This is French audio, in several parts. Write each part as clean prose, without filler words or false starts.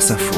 France Info.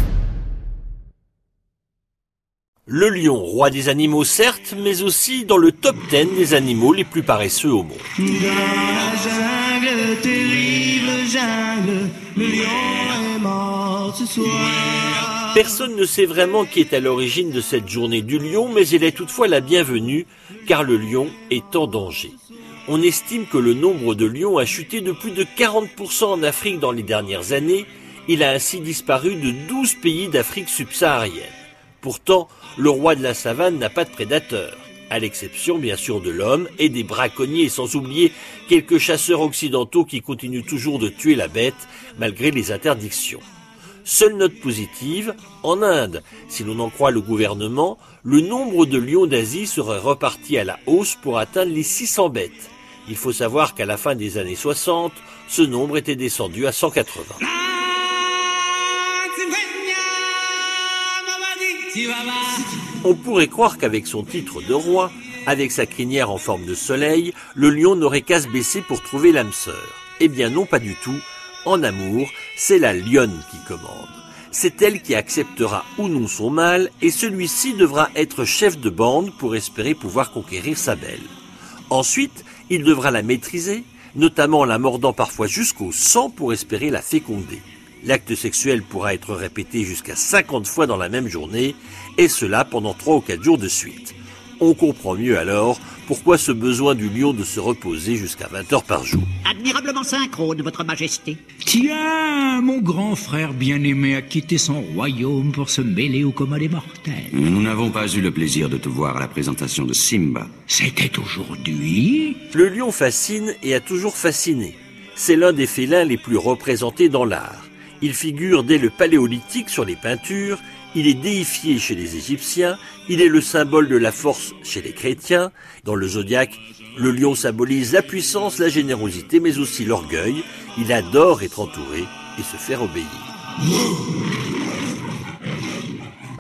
Le lion, roi des animaux certes, mais aussi dans le top 10 des animaux les plus paresseux au monde. Dans la jungle, terrible jungle, le lion est mort ce soir. Personne ne sait vraiment qui est à l'origine de cette journée du lion, mais elle est toutefois la bienvenue, car le lion est en danger. On estime que le nombre de lions a chuté de plus de 40% en Afrique dans les dernières années. Il a ainsi disparu de 12 pays d'Afrique subsaharienne. Pourtant, le roi de la savane n'a pas de prédateurs, à l'exception bien sûr de l'homme et des braconniers, sans oublier quelques chasseurs occidentaux qui continuent toujours de tuer la bête malgré les interdictions. Seule note positive, en Inde, si l'on en croit le gouvernement, le nombre de lions d'Asie serait reparti à la hausse pour atteindre les 600 bêtes. Il faut savoir qu'à la fin des années 60, ce nombre était descendu à 180. On pourrait croire qu'avec son titre de roi, avec sa crinière en forme de soleil, le lion n'aurait qu'à se baisser pour trouver l'âme sœur. Eh bien non, pas du tout. En amour, c'est la lionne qui commande. C'est elle qui acceptera ou non son mâle et celui-ci devra être chef de bande pour espérer pouvoir conquérir sa belle. Ensuite, il devra la maîtriser, notamment en la mordant parfois jusqu'au sang pour espérer la féconder. L'acte sexuel pourra être répété jusqu'à 50 fois dans la même journée, et cela pendant 3 ou 4 jours de suite. On comprend mieux alors pourquoi ce besoin du lion de se reposer jusqu'à 20 heures par jour. Admirablement synchrone, votre majesté. Tiens, mon grand frère bien-aimé a quitté son royaume pour se mêler au commun des mortels. Nous n'avons pas eu le plaisir de te voir à la présentation de Simba. C'était aujourd'hui. Le lion fascine et a toujours fasciné. C'est l'un des félins les plus représentés dans l'art. Il figure dès le Paléolithique sur les peintures, il est déifié chez les Égyptiens, il est le symbole de la force chez les chrétiens. Dans le zodiaque, le lion symbolise la puissance, la générosité, mais aussi l'orgueil. Il adore être entouré et se faire obéir.